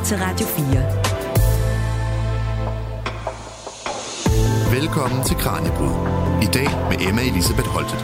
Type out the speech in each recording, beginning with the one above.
til Radio 4. Velkommen til Kraniebrud. I dag med Emma Elisabeth Holtet.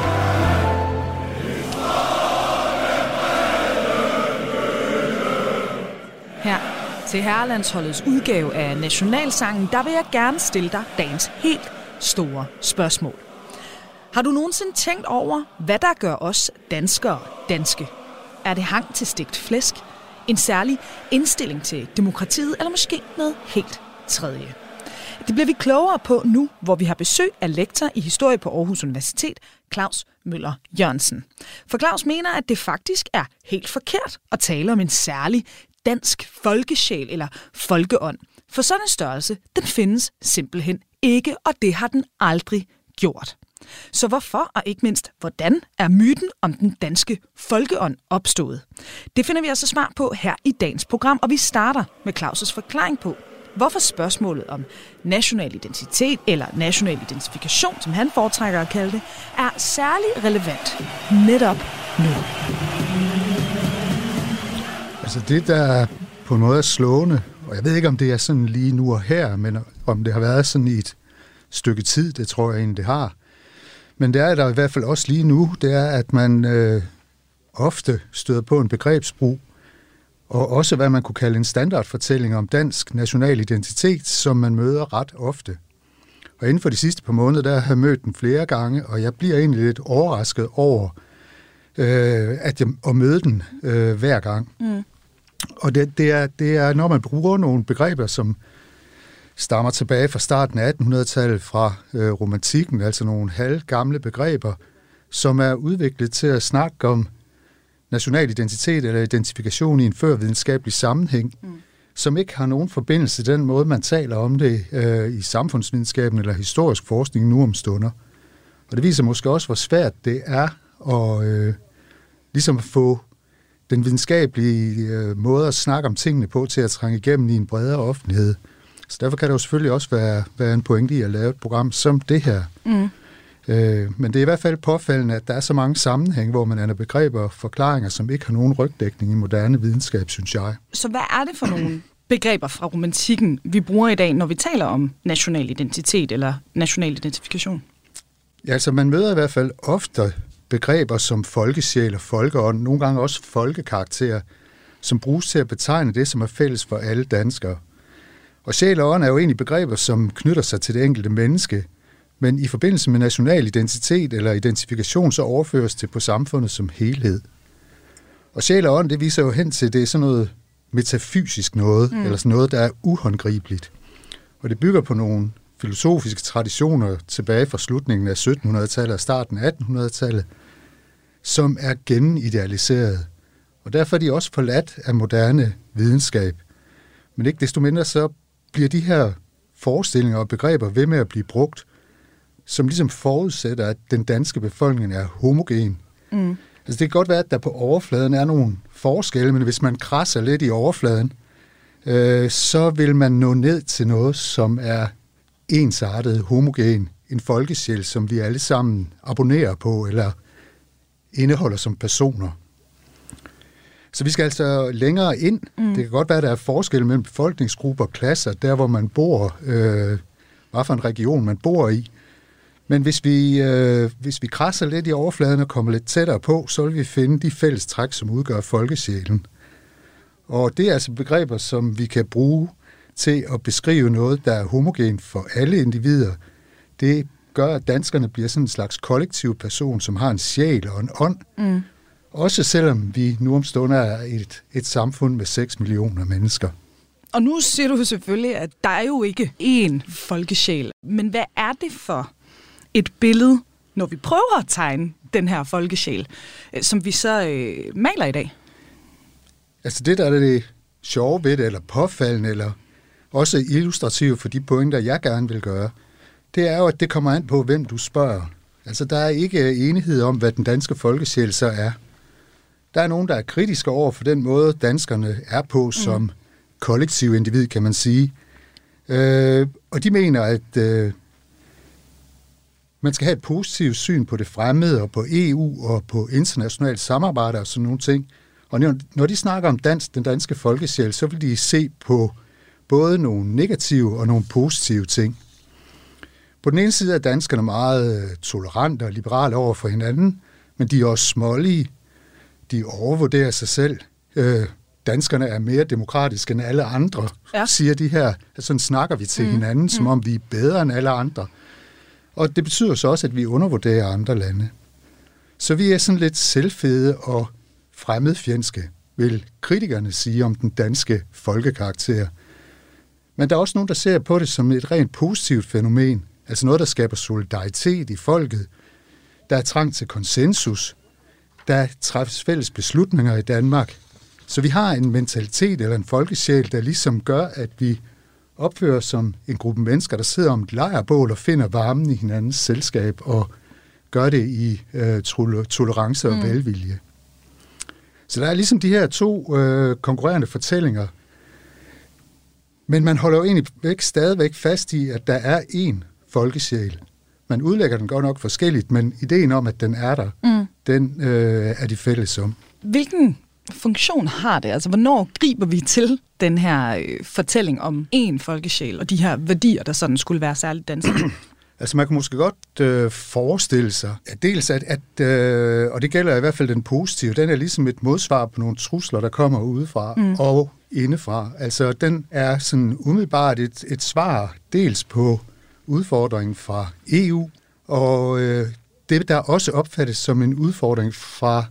Her til Herrelandsholdets udgave af Nationalsangen, der vil jeg gerne stille dig dagens helt store spørgsmål. Har du nogensinde tænkt over, hvad der gør os danskere danske? Er det hang til stegt flæsk? En særlig indstilling til demokratiet, eller måske noget helt tredje? Det bliver vi klogere på nu, hvor vi har besøg af lektor i historie på Aarhus Universitet, Claus Møller Jørgensen. For Claus mener, at det faktisk er helt forkert at tale om en særlig dansk folkesjæl eller folkeånd. For sådan en størrelse, den findes simpelthen ikke, og det har den aldrig gjort. Så hvorfor, og ikke mindst, hvordan er myten om den danske folkeånd opstået? Det finder vi altså svar på her i dagens program, og vi starter med Claus' forklaring på, hvorfor spørgsmålet om national identitet eller national identifikation, som han foretrækker at kalde det, er særlig relevant netop nu. Altså det, der på en måde er slående, og jeg ved ikke, om det er sådan lige nu og her, men om det har været sådan i et stykke tid, det tror jeg egentlig, det har. Men det er der i hvert fald også lige nu, det er, at man ofte støder på en begrebsbrug, og også hvad man kunne kalde en standardfortælling om dansk national identitet, som man møder ret ofte. Og inden for de sidste par måneder, der har jeg mødt den flere gange, og jeg bliver egentlig lidt overrasket over, at møde den hver gang. Mm. Og det er, når man bruger nogle begreber, som stammer tilbage fra starten af 1800-tallet, fra romantikken, altså nogle halvgamle begreber, som er udviklet til at snakke om national identitet eller identifikation i en førvidenskabelig sammenhæng, som ikke har nogen forbindelse til den måde, man taler om det i samfundsvidenskaben eller historisk forskning nu om stunder. Og det viser måske også, hvor svært det er at ligesom at få den videnskabelige måde at snakke om tingene på til at trænge igennem i en bredere offentlighed. Så derfor kan der jo selvfølgelig også være en pointe i at lave et program som det her. Mm. Men det er i hvert fald påfaldende, at der er så mange sammenhæng, hvor man aner begreber og forklaringer, som ikke har nogen rygdækning i moderne videnskab, synes jeg. Så hvad er det for nogle begreber fra romantikken, vi bruger i dag, når vi taler om national identitet eller national identifikation? Ja, altså man møder i hvert fald ofte begreber som folkesjæl og folkeånd, nogle gange også folkekarakter, som bruges til at betegne det, som er fælles for alle danskere. Og sjæl og ånd er jo egentlig begreber, som knytter sig til det enkelte menneske, men i forbindelse med national identitet eller identifikation, så overføres det på samfundet som helhed. Og sjæl og ånd, det viser jo hen til, det er sådan noget metafysisk noget, eller sådan noget, der er uhåndgribeligt. Og det bygger på nogle filosofiske traditioner tilbage fra slutningen af 1700-tallet og starten af 1800-tallet, som er genidealiseret. Og derfor er de også forladt af moderne videnskab. Men ikke desto mindre, så bliver de her forestillinger og begreber ved med at blive brugt, som ligesom forudsætter, at den danske befolkning er homogen. Mm. Altså det kan godt være, at der på overfladen er nogle forskelle, men hvis man krasser lidt i overfladen, så vil man nå ned til noget, som er ensartet, homogen, en folkesjæl, som vi alle sammen abonnerer på, eller indeholder som personer. Så vi skal altså længere ind. Det kan godt være, at der er forskel mellem befolkningsgrupper og klasser, der hvor man bor, hvad for en region man bor i. Men hvis vi krasser lidt i overfladen og kommer lidt tættere på, så vil vi finde de fælles træk, som udgør folkesjælen. Og det er altså begreber, som vi kan bruge til at beskrive noget, der er homogen for alle individer. Det gør, at danskerne bliver sådan en slags kollektiv person, som har en sjæl og en ånd. Mm. Også selvom vi nu om stunder er et samfund med 6 millioner mennesker. Og nu siger du selvfølgelig, at der er jo ikke én folkesjæl. Men hvad er det for et billede, når vi prøver at tegne den her folkesjæl, som vi så maler i dag? Altså det, der er det sjove ved det, eller påfaldende, eller også illustrativt for de pointer, jeg gerne vil gøre, det er jo, at det kommer an på, hvem du spørger. Altså der er ikke enighed om, hvad den danske folkesjæl så er. Der er nogen, der er kritiske over for den måde, danskerne er på som kollektiv individ, kan man sige. Og de mener, at man skal have et positivt syn på det fremmede og på EU og på internationalt samarbejde og sådan nogle ting. Og når de snakker om den danske folkesjæl, så vil de se på både nogle negative og nogle positive ting. På den ene side er danskerne meget tolerante og liberale over for hinanden, men de er også smålige. De overvurderer sig selv. Danskerne er mere demokratiske end alle andre, siger de her. Sådan snakker vi til hinanden, som om vi er bedre end alle andre. Og det betyder så også, at vi undervurderer andre lande. Så vi er sådan lidt selvfede og fremmedfjendske, vil kritikerne sige om den danske folkekarakter. Men der er også nogen, der ser på det som et rent positivt fænomen, altså noget, der skaber solidaritet i folket. Der er trang til konsensus. Der træffes fælles beslutninger i Danmark. Så vi har en mentalitet eller en folkesjæl, der ligesom gør, at vi opfører som en gruppe mennesker, der sidder om et lejrbål og finder varmen i hinandens selskab og gør det i tolerance og velvilje. Så der er ligesom de her to konkurrerende fortællinger. Men man holder jo egentlig stadigvæk fast i, at der er én folkesjæl. Man udlægger den godt nok forskelligt, men ideen om, at den er der, den er de fælles om. Hvilken funktion har det? Altså, hvornår griber vi til den her fortælling om én folkesjæl og de her værdier, der sådan skulle være særligt danske? Altså, man kan måske godt forestille sig, at dels og det gælder i hvert fald den positive, den er ligesom et modsvar på nogle trusler, der kommer udefra og indefra. Altså, den er sådan umiddelbart et svar dels på udfordringen fra EU, og det, der også opfattes som en udfordring fra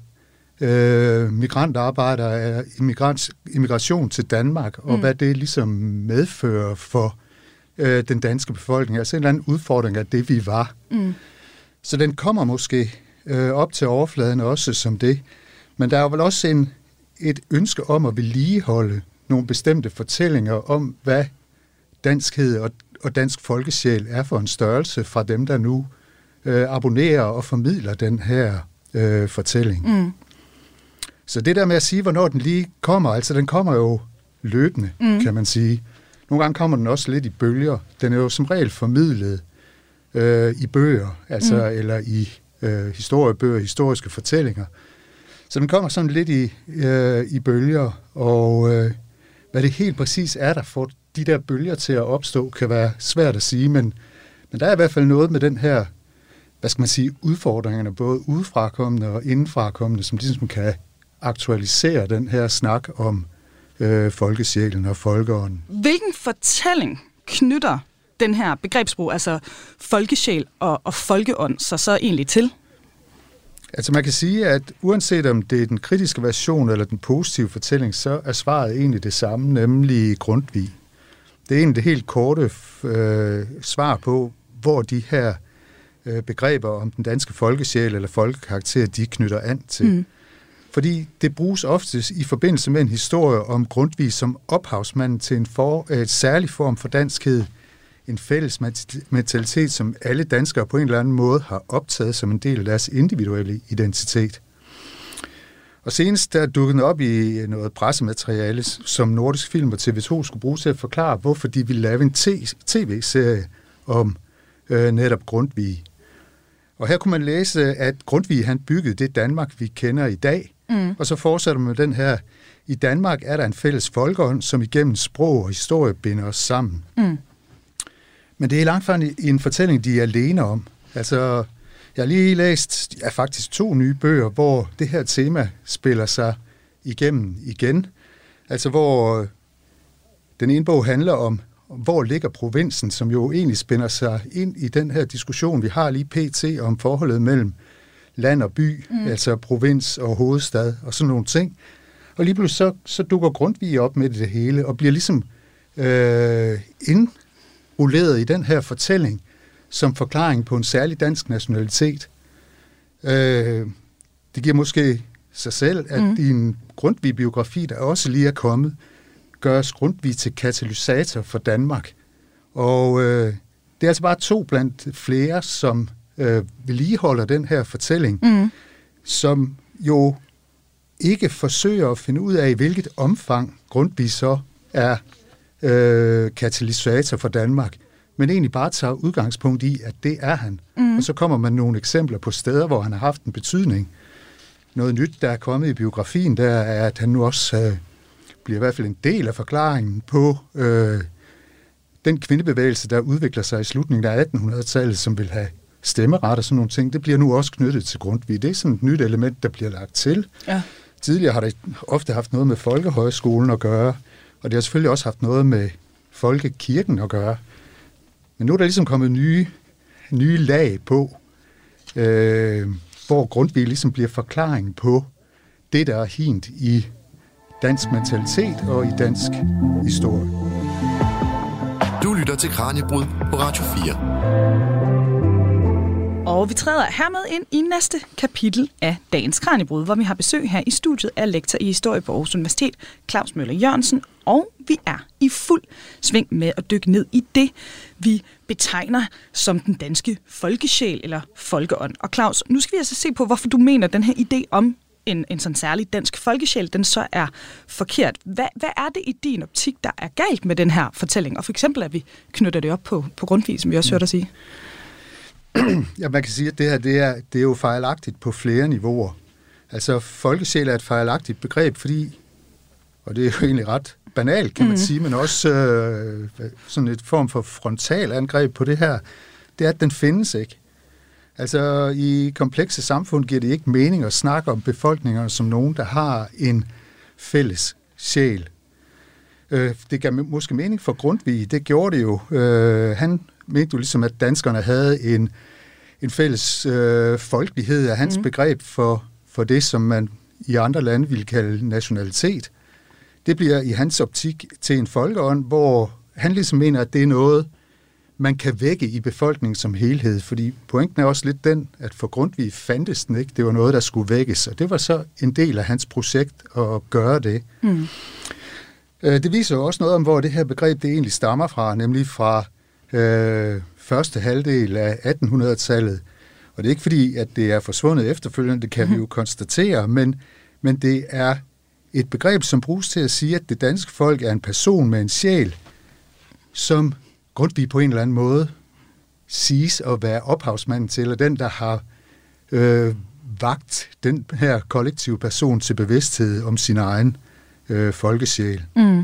migrantarbejdere, immigration til Danmark, og hvad det ligesom medfører for den danske befolkning. Altså en eller anden udfordring af det, vi var. Så den kommer måske op til overfladen også som det. Men der er jo vel også et ønske om at vedligeholde nogle bestemte fortællinger om, hvad danskhed og dansk folkesjæl er for en størrelse fra dem, der nu abonnerer og formidler den her fortælling. Så det der med at sige, hvornår den lige kommer, altså den kommer jo løbende, kan man sige. Nogle gange kommer den også lidt i bølger. Den er jo som regel formidlet i bøger, altså eller i historiebøger, historiske fortællinger. Så den kommer sådan lidt i bølger, og hvad det helt præcis er, der får de der bølger til at opstå, kan være svært at sige, men der er i hvert fald noget med den her, hvad skal man sige, udfordringerne, både udefrakommende og indenfrakommende, som ligesom kan aktualisere den her snak om folkesjælen og folkeånden. Hvilken fortælling knytter den her begrebsbrug, altså folkesjæl og folkeånd, så egentlig til? Altså man kan sige, at uanset om det er den kritiske version eller den positive fortælling, så er svaret egentlig det samme, nemlig Grundtvig. Det er egentlig det helt korte svar på, hvor de her begreber om den danske folkesjæl eller folkekarakter, de knytter an til. Fordi det bruges oftest i forbindelse med en historie om Grundtvig som ophavsmanden til en særlig form for danskhed, en fælles mentalitet, som alle danskere på en eller anden måde har optaget som en del af deres individuelle identitet. Og senest der dukkede den op i noget pressemateriale, som Nordisk Film og TV2 skulle bruge til at forklare, hvorfor de ville lave en tv-serie om netop Grundtvig. Og her kunne man læse, at Grundtvig han byggede det Danmark, vi kender i dag. Og så fortsætter man med den her. I Danmark er der en fælles folkeånd, som igennem sprog og historie binder os sammen. Men det er langt fra en fortælling, de er alene om. Altså, jeg har lige læst faktisk 2 nye bøger, hvor det her tema spiller sig igennem igen. Altså, hvor den ene bog handler om, hvor ligger provinsen, som jo egentlig spænder sig ind i den her diskussion, vi har lige pt. Om forholdet mellem land og by, altså provins og hovedstad og sådan nogle ting. Og lige pludselig så dukker Grundtvig op med det hele og bliver ligesom indrulleret i den her fortælling som forklaring på en særlig dansk nationalitet. Det giver måske sig selv, at i en Grundtvig-biografi, der også lige er kommet, gøres Grundtvig til katalysator for Danmark. Og det er altså bare 2 blandt flere, som vedligeholder den her fortælling, som jo ikke forsøger at finde ud af, i hvilket omfang Grundtvig så er katalysator for Danmark, men egentlig bare tager udgangspunkt i, at det er han. Og så kommer man nogle eksempler på steder, hvor han har haft en betydning. noget nyt, der er kommet i biografien, der er, at han nu også bliver i hvert fald en del af forklaringen på den kvindebevægelse, der udvikler sig i slutningen af 1800-tallet, som vil have stemmeret og sådan nogle ting. Det bliver nu også knyttet til Grundtvig. Det er sådan et nyt element, der bliver lagt til. Ja. Tidligere har det ofte haft noget med Folkehøjskolen at gøre, og det har selvfølgelig også haft noget med Folkekirken at gøre. Men nu er der ligesom kommet nye lag på, hvor Grundtvig ligesom bliver forklaring på det, der er hint i dansk mentalitet og i dansk historie. Du lytter til Kraniebrud på Radio 4. Og vi træder hermed ind i næste kapitel af dagens Kraniebrud, hvor vi har besøg her i studiet af lektor i historie på Aarhus Universitet, Claus Møller Jørgensen, og vi er i fuld sving med at dykke ned i det, vi betegner som den danske folkesjæl eller folkeånd. Og Claus, nu skal vi altså se på, hvorfor du mener, at den her idé om en sådan særlig dansk folkesjæl, den så er forkert. Hvad er det i din optik, der er galt med den her fortælling? Og for eksempel, at vi knytter det op på Grundtvig, som vi også hørte dig sige. Ja, man kan sige, at det her det er jo fejlagtigt på flere niveauer. Altså, folkesjæl er et fejlagtigt begreb, fordi, og det er jo egentlig ret banalt, kan man sige, men også sådan et form for frontalangreb på det her, det er, at den findes ikke. Altså, i komplekse samfund giver det ikke mening at snakke om befolkninger som nogen, der har en fælles sjæl. Det gav måske mening for Grundtvig, det gjorde det jo. Han mente jo ligesom, at danskerne havde en fælles folkelighed af hans begreb for det, som man i andre lande ville kalde nationalitet. Det bliver i hans optik til en folkeånd, hvor han ligesom mener, at det er noget, man kan vække i befolkningen som helhed, fordi pointen er også lidt den, at for Grundtvig fandtes den ikke. Det var noget, der skulle vækkes, og det var så en del af hans projekt at gøre det. Det viser jo også noget om, hvor det her begreb det egentlig stammer fra, nemlig fra første halvdel af 1800-tallet. Og det er ikke fordi, at det er forsvundet efterfølgende, det kan vi jo konstatere, men det er et begreb, som bruges til at sige, at det danske folk er en person med en sjæl, som Grundtvig på en eller anden måde siges at være ophavsmanden til, og den, der har vagt den her kollektive person til bevidsthed om sin egen folkesjæl.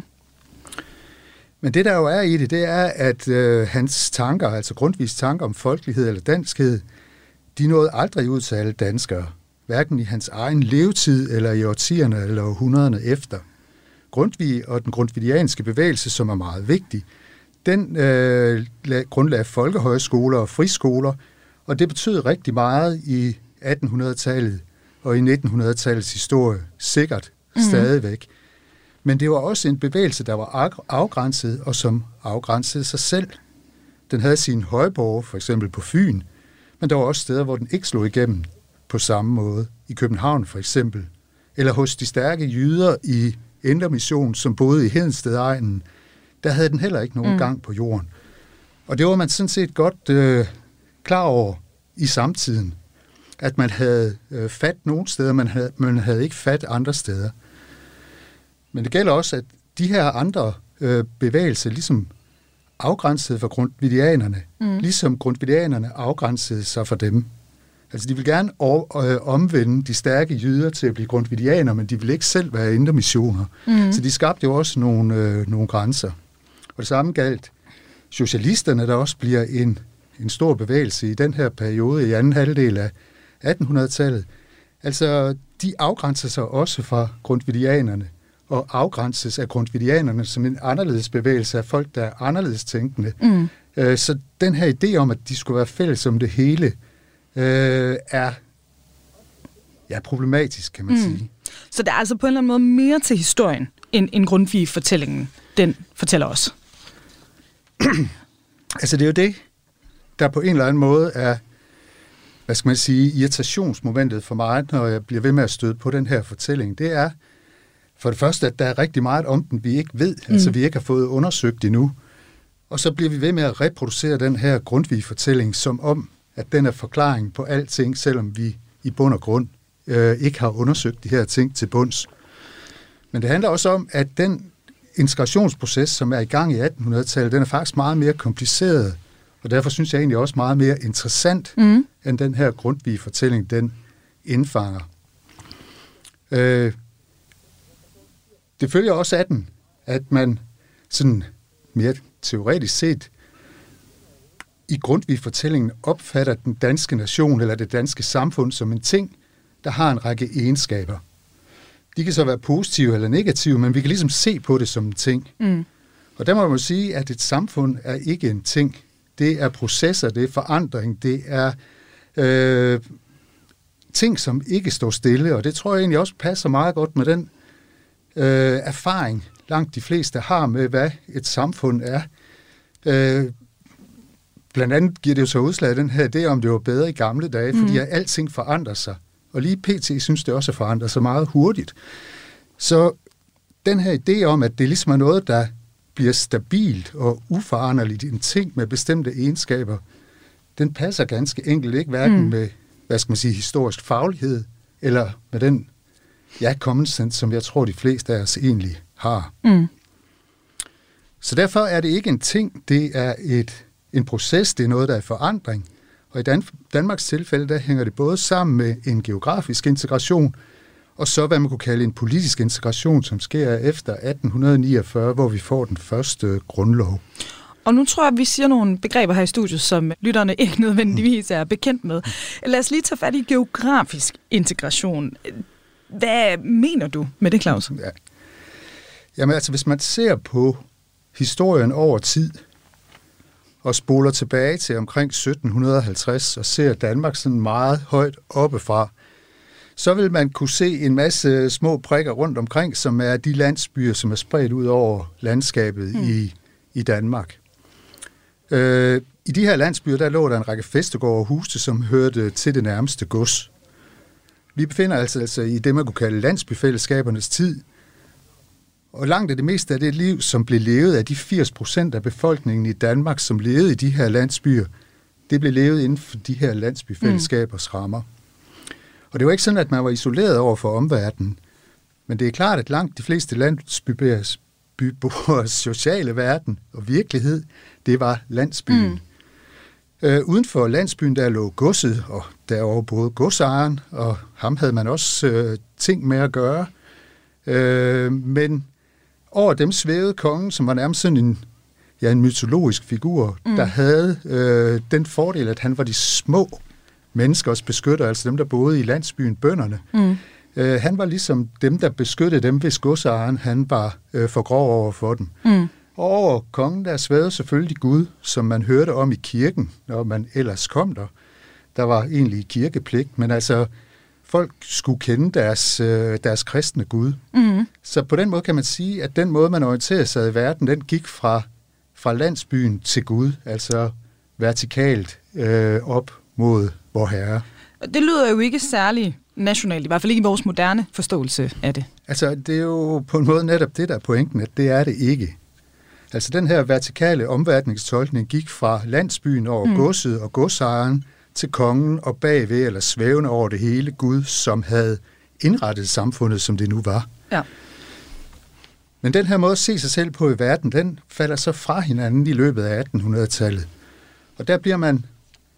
Men det, der jo er i det er, at hans tanker, altså Grundtvigs tanker om folkelighed eller danskhed, de nåede aldrig ud til alle danskere, hverken i hans egen levetid eller i årtierne eller århundrederne efter. Grundtvig og den grundtvigianske bevægelse, som er meget vigtig, den grundlagde folkehøjskoler og friskoler, og det betød rigtig meget i 1800-tallet og i 1900-tallets historie, sikkert stadigvæk. Men det var også en bevægelse, der var afgrænset, og som afgrænsede sig selv. Den havde sine højborge, for eksempel på Fyn, men der var også steder, hvor den ikke slog igennem på samme måde. I København for eksempel, eller hos de stærke jyder i Indre Mission, som boede i Hedensted-egnen, der havde den heller ikke nogen gang på jorden. Og det var man sådan set godt klar over i samtiden, at man havde fat nogle steder, man havde ikke fat andre steder. Men det gælder også, at de her andre bevægelser ligesom afgrænsede for grundtvigianerne, ligesom grundtvigianerne afgrænsede sig for dem. Altså, de vil gerne omvende de stærke jyder til at blive grundtvigianer, men de vil ikke selv være indre missioner. Så de skabte jo også nogle grænser. Og det samme galt socialisterne, der også bliver en stor bevægelse i den her periode, i anden halvdel af 1800-tallet. Altså, de afgrænser sig også fra grundtvigianerne, og afgrænses af grundtvigianerne som en anderledes bevægelse af folk, der er anderledes tænkende. Så den her idé om, at de skulle være fælles om det hele, er problematisk, kan man sige. Så det er altså på en eller anden måde mere til historien, end Grundtvig-fortællingen, den fortæller os. Altså det er jo det, der på en eller anden måde er, hvad skal man sige, irritationsmomentet for mig, når jeg bliver ved med at støde på den her fortælling. Det er for det første, at der er rigtig meget om den, vi ikke ved, altså vi ikke har fået undersøgt endnu. Og så bliver vi ved med at reproducere den her Grundtvig-fortælling, som om, at den er forklaring på alting, selvom vi i bund og grund ikke har undersøgt de her ting til bunds. Men det handler også om, at den integrationsproces, som er i gang i 1800-tallet, den er faktisk meget mere kompliceret, og derfor synes jeg egentlig også meget mere interessant, end den her Grundtvig-fortælling, den indfanger. Det følger også af den, at man sådan mere teoretisk set i Grundtvig-fortællingen opfatter den danske nation eller det danske samfund som en ting, der har en række egenskaber. De kan så være positive eller negative, men vi kan ligesom se på det som en ting. Og der må man sige, at et samfund er ikke en ting. Det er processer, det er forandring, det er ting, som ikke står stille, og det tror jeg egentlig også passer meget godt med den erfaring, langt de fleste har med, hvad et samfund er. Blandt andet giver det jo så udslag af den her idé, om det var bedre i gamle dage, fordi at alting forandrer sig. Og lige pt. Synes det også forandrer sig meget hurtigt. Så den her idé om, at det ligesom er noget, der bliver stabilt og uforanderligt, en ting med bestemte egenskaber, den passer ganske enkelt ikke, hverken med, hvad skal man sige, historisk faglighed, eller med den common sense, som jeg tror, de fleste af os egentlig har. Så derfor er det ikke en ting, det er en proces, det er noget, der er forandring. Og i Danmarks tilfælde, der hænger det både sammen med en geografisk integration, og så hvad man kunne kalde en politisk integration, som sker efter 1849, hvor vi får den første grundlov. Og nu tror jeg, at vi siger nogle begreber her i studiet, som lytterne ikke nødvendigvis er bekendt med. Lad os lige tage fat i geografisk integration. Hvad mener du med det, Claus? Ja. Jamen altså, hvis man ser på historien over tid, og spoler tilbage til omkring 1750, og ser Danmark sådan meget højt oppefra, så vil man kunne se en masse små prikker rundt omkring, som er de landsbyer, som er spredt ud over landskabet i Danmark. I de her landsbyer, der lå der en række fæstegårde og huse, som hørte til det nærmeste gods. Vi befinder altså i det, man kunne kalde landsbyfællesskabernes tid, og langt af det meste af det liv, som blev levet af de 80% af befolkningen i Danmark, som levede i de her landsbyer, det blev levet inden for de her landsbyfællesskabers rammer. Og det var ikke sådan, at man var isoleret over for omverdenen, men det er klart, at langt de fleste landsbyboers sociale verden og virkelighed, det var landsbyen. Uden for landsbyen, der lå godset, og der var både godsejeren, og ham havde man også ting med at gøre. Men over dem svævede kongen, som var nærmest sådan en mytologisk figur, der havde den fordel, at han var de små menneskers beskytter, altså dem, der boede i landsbyen, bønderne. Han var ligesom dem, der beskyttede dem, hvis godsejeren han var for grov over for dem. Og over kongen, der svævede selvfølgelig Gud, som man hørte om i kirken, når man ellers kom der. Der var egentlig kirkepligt, men altså folk skulle kende deres kristne Gud. Så på den måde kan man sige, at den måde, man orienterede sig i verden, den gik fra landsbyen til Gud, altså vertikalt op mod vor Herre. Det lyder jo ikke særlig nationalt, i hvert fald ikke i vores moderne forståelse af det. Altså, det er jo på en måde netop det, der er pointen, at det er det ikke. Altså, den her vertikale omverdningstolkning gik fra landsbyen over godset og godsejeren til kongen og bagved, eller svævende over det hele Gud, som havde indrettet samfundet, som det nu var. Ja. Men den her måde at se sig selv på i verden, den falder så fra hinanden i løbet af 1800-tallet. Og der bliver man,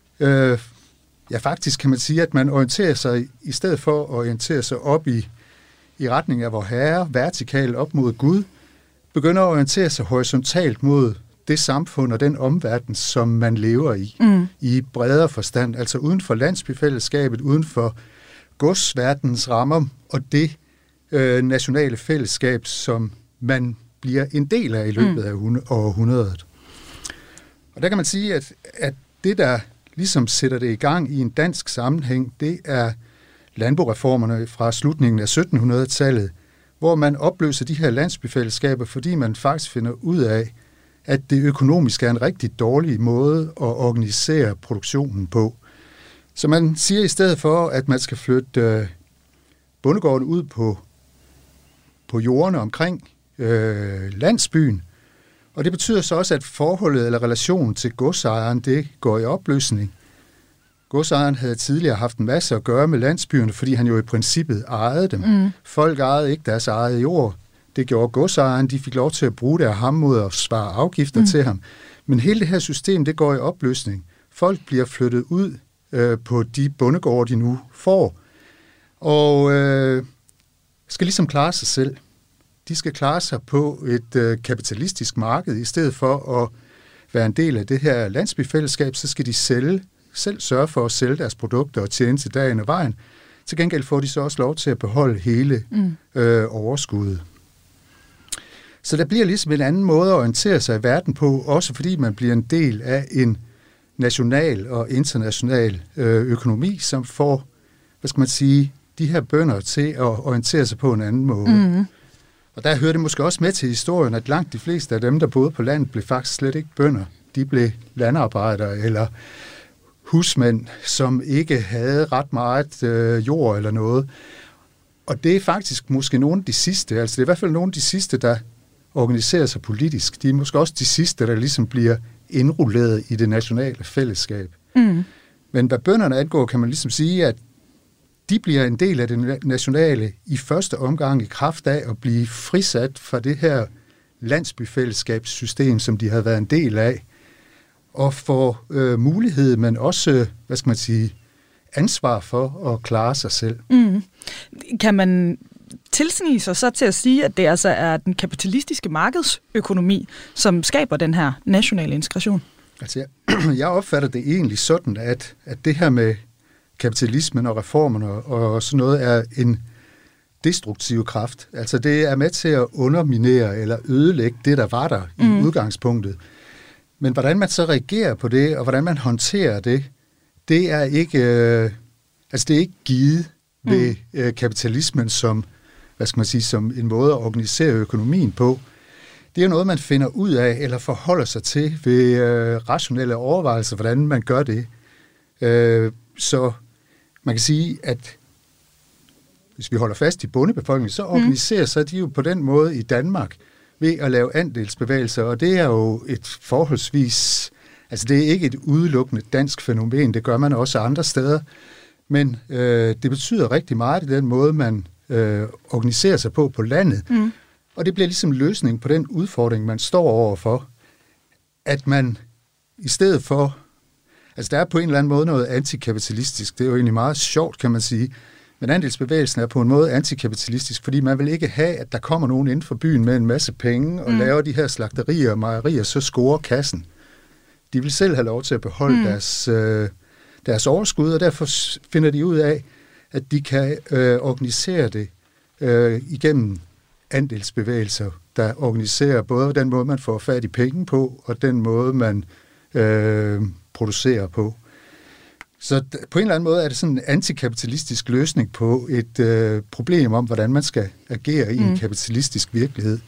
faktisk kan man sige, at man orienterer sig, i stedet for at orientere sig op i retning af vor Herre, vertikalt op mod Gud, begynder at orientere sig horisontalt mod det samfund og den omverden, som man lever i bredere forstand, altså uden for landsbyfællesskabet, uden for godsverdens rammer, og det nationale fællesskab, som man bliver en del af i løbet af århundredet. Og der kan man sige, at det, der ligesom sætter det i gang i en dansk sammenhæng, det er landboreformerne fra slutningen af 1700-tallet, hvor man opløser de her landsbyfællesskaber, fordi man faktisk finder ud af, at det økonomisk er en rigtig dårlig måde at organisere produktionen på. Så man siger i stedet for, at man skal flytte bondegården ud på jordene omkring landsbyen, og det betyder så også, at forholdet eller relationen til godsejeren, det går i opløsning. Godsejeren havde tidligere haft en masse at gøre med landsbyerne, fordi han jo i princippet ejede dem. Folk ejede ikke deres eget jord. Det gjorde godsejeren, de fik lov til at bruge det af ham mod at svare afgifter til ham. Men hele det her system, det går i opløsning. Folk bliver flyttet ud på de bondegårde, de nu får. Og skal ligesom klare sig selv. De skal klare sig på et kapitalistisk marked. I stedet for at være en del af det her landsbyfællesskab, så skal de selv sørge for at sælge deres produkter og tjene til dagen og vejen. Til gengæld får de så også lov til at beholde hele overskuddet. Så der bliver ligesom en anden måde at orientere sig i verden på, også fordi man bliver en del af en national og international økonomi, som får, de her bønder til at orientere sig på en anden måde. Mm-hmm. Og der hører det måske også med til historien, at langt de fleste af dem, der boede på landet, blev faktisk slet ikke bønder. De blev landarbejdere eller husmænd, som ikke havde ret meget jord eller noget. Og det er faktisk måske nogle af de sidste, altså det er i hvert fald nogle af de sidste, der organiserer sig politisk. De er måske også de sidste, der ligesom bliver indrulleret i det nationale fællesskab. Mm. Men hvad bønderne angår, kan man ligesom sige, at de bliver en del af det nationale i første omgang i kraft af at blive frisat fra det her landsbyfællesskabssystem, som de har været en del af, og får mulighed, men også, ansvar for at klare sig selv. Mm. Kan man tilsnige sig så til at sige, at det altså er den kapitalistiske markedsøkonomi, som skaber den her nationale integration? Altså, jeg opfatter det egentlig sådan, at det her med kapitalismen og reformerne og sådan noget er en destruktiv kraft. Altså det er med til at underminere eller ødelægge det, der var der i udgangspunktet. Men hvordan man så reagerer på det, og hvordan man håndterer det, det er ikke, det er ikke givet ved kapitalismen som, som en måde at organisere økonomien på. Det er jo noget, man finder ud af eller forholder sig til ved rationelle overvejelser, hvordan man gør det. Så man kan sige, at hvis vi holder fast i bondebefolkningen, så organiserer sig de jo på den måde i Danmark ved at lave andelsbevægelser, og det er jo et forholdsvis, altså det er ikke et udelukkende dansk fænomen, det gør man også andre steder, men det betyder rigtig meget i den måde, man organiserer sig på landet, og det bliver ligesom løsning på den udfordring, man står overfor, at man i stedet for, altså der er på en eller anden måde noget antikapitalistisk, det er jo egentlig meget sjovt, kan man sige, men andelsbevægelsen er på en måde antikapitalistisk, fordi man vil ikke have, at der kommer nogen inden for byen med en masse penge og laver de her slagterier og mejerier, så scorer kassen. De vil selv have lov til at beholde deres overskud, og derfor finder de ud af, at de kan organisere det igennem andelsbevægelser, der organiserer både den måde, man får fat i penge på, og den måde, man producerer på. Så på en eller anden måde er det sådan en antikapitalistisk løsning på et problem om, hvordan man skal agere i en kapitalistisk virkelighed.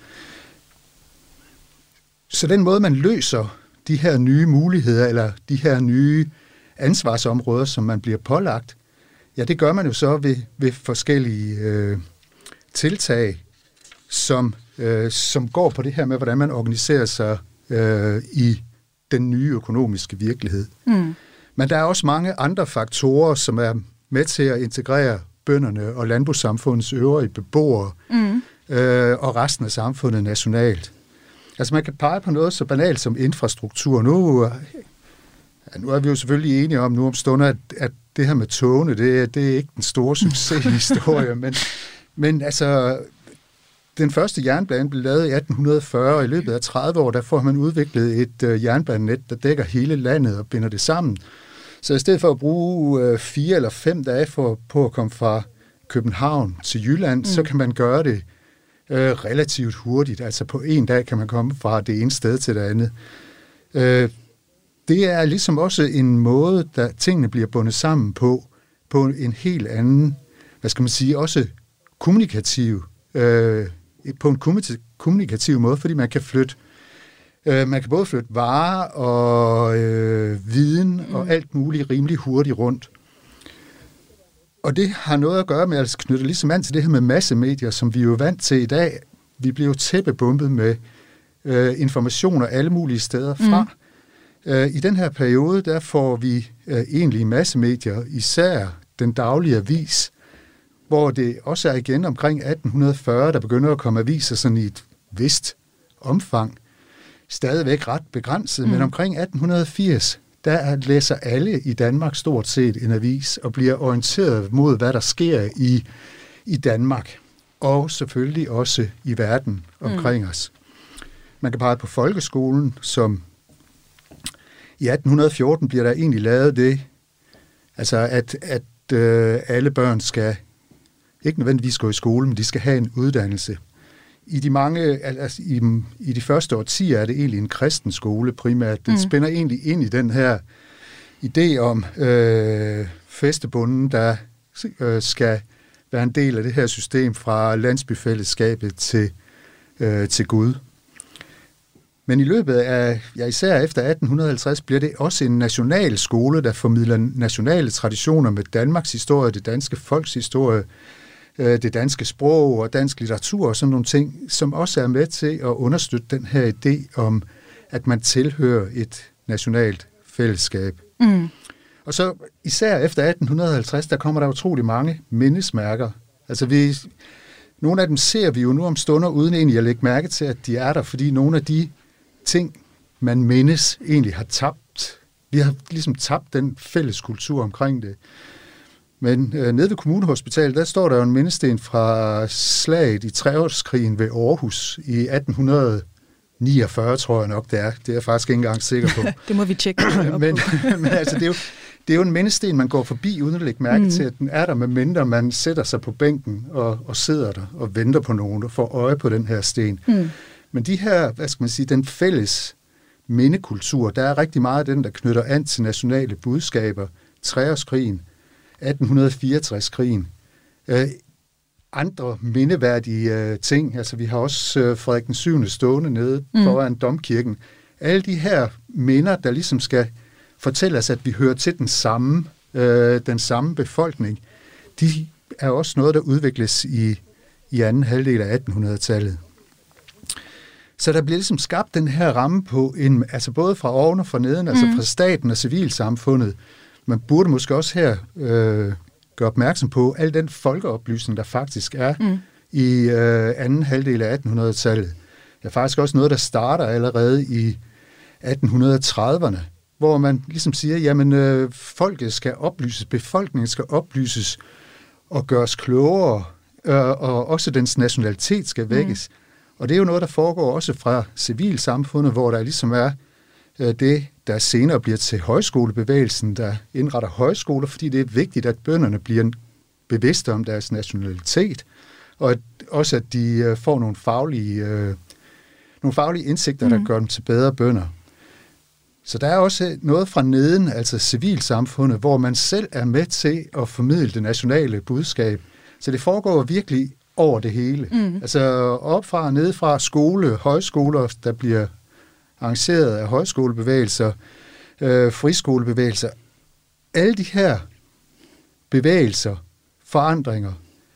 Så den måde, man løser de her nye muligheder, eller de her nye ansvarsområder, som man bliver pålagt, ja, det gør man jo så ved forskellige tiltag, som går på det her med, hvordan man organiserer sig i den nye økonomiske virkelighed. Mm. Men der er også mange andre faktorer, som er med til at integrere bønderne og landbrugssamfundets øvrige beboere og resten af samfundet nationalt. Altså man kan pege på noget så banalt som infrastruktur. Nu er vi jo selvfølgelig enige om nu om stunder, at det her med togene, det er ikke den store succeshistorie, men altså den første jernbane blev lavet i 1840, og i løbet af 30 år, der får man udviklet et jernbanenet, der dækker hele landet og binder det sammen. Så i stedet for at bruge 4 eller 5 dage på at komme fra København til Jylland, så kan man gøre det relativt hurtigt. Altså på en dag kan man komme fra det ene sted til det andet. Det er ligesom også en måde, der tingene bliver bundet sammen på en helt anden, også kommunikativ, på en kommunikativ måde, fordi man kan både flytte varer og viden og alt muligt rimelig hurtigt rundt. Og det har noget at gøre med at knytte ligesom an til det her med massemedier, som vi er jo vant til i dag. Vi bliver jo tæppebumpet med informationer alle mulige steder fra. I den her periode, der får vi egentlig massemedier, især den daglige avis, hvor det også er igen omkring 1840, der begynder at komme aviser sådan i et vist omfang. Stadigvæk ret begrænset, men omkring 1880, der læser alle i Danmark stort set en avis og bliver orienteret mod, hvad der sker i Danmark. og selvfølgelig også i verden omkring os. Man kan pege på folkeskolen, som i 1814 bliver der egentlig lavet det, altså at alle børn skal ikke nødvendigvis gå i skole, men de skal have en uddannelse. I de første årtier er det egentlig en kristen skole primært. Den spænder egentlig ind i den her idé om fæstebunden, der skal være en del af det her system fra landsbyfællesskabet til Gud. Men i løbet af, især efter 1850, bliver det også en national skole, der formidler nationale traditioner med Danmarks historie, det danske folks historie, det danske sprog og dansk litteratur og sådan nogle ting, som også er med til at understøtte den her idé om, at man tilhører et nationalt fællesskab. Og så især efter 1850, der kommer der utrolig mange mindesmærker. Altså nogle af dem ser vi jo nu om stunder, uden egentlig at lægge mærke til, at de er der, fordi nogle af de ting, man mindes, egentlig har tabt. Vi har ligesom tabt den fælles kultur omkring det. Men nede ved Kommunehospitalet, der står der jo en mindesten fra slaget i Treårskrigen ved Aarhus i 1849, tror jeg nok, det er. Det er jeg faktisk ikke engang sikker på. Det må vi tjekke op men altså, det er jo en mindesten, man går forbi, uden at lægge mærke til, at den er der, medmindre man sætter sig på bænken og sidder der og venter på nogen, der får øje på den her sten. Men de her, hvad skal man sige, den fælles mindekultur, der er rigtig meget af den, der knytter an til nationale budskaber. Treårskrigen, 1864-krigen, andre mindeværdige ting. Altså, vi har også Frederik den 7. stående nede foran domkirken. Alle de her minder, der ligesom skal fortælle os, at vi hører til den samme befolkning, de er også noget, der udvikles i anden halvdel af 1800-tallet. Så der bliver ligesom skabt den her ramme på altså både fra oven og fra neden, altså fra staten og civilsamfundet. Man burde måske også her gøre opmærksom på al den folkeoplysning, der faktisk er i anden halvdel af 1800-tallet. Det er faktisk også noget, der starter allerede i 1830'erne, hvor man ligesom siger, jamen folket skal oplyses, befolkningen skal oplyses og gøres klogere, og også dens nationalitet skal vækkes. Og det er jo noget, der foregår også fra civilsamfundet, hvor der ligesom er det, der senere bliver til højskolebevægelsen, der indretter højskoler, fordi det er vigtigt, at bønderne bliver bevidste om deres nationalitet, og også at de får nogle faglige indsigter, der gør dem til bedre bønder. Så der er også noget fra neden, altså civilsamfundet, hvor man selv er med til at formidle det nationale budskab. Så det foregår virkelig over det hele. Altså opfra og nedefra højskoler, der bliver arrangeret af højskolebevægelser, friskolebevægelser. Alle de her bevægelser, forandringer,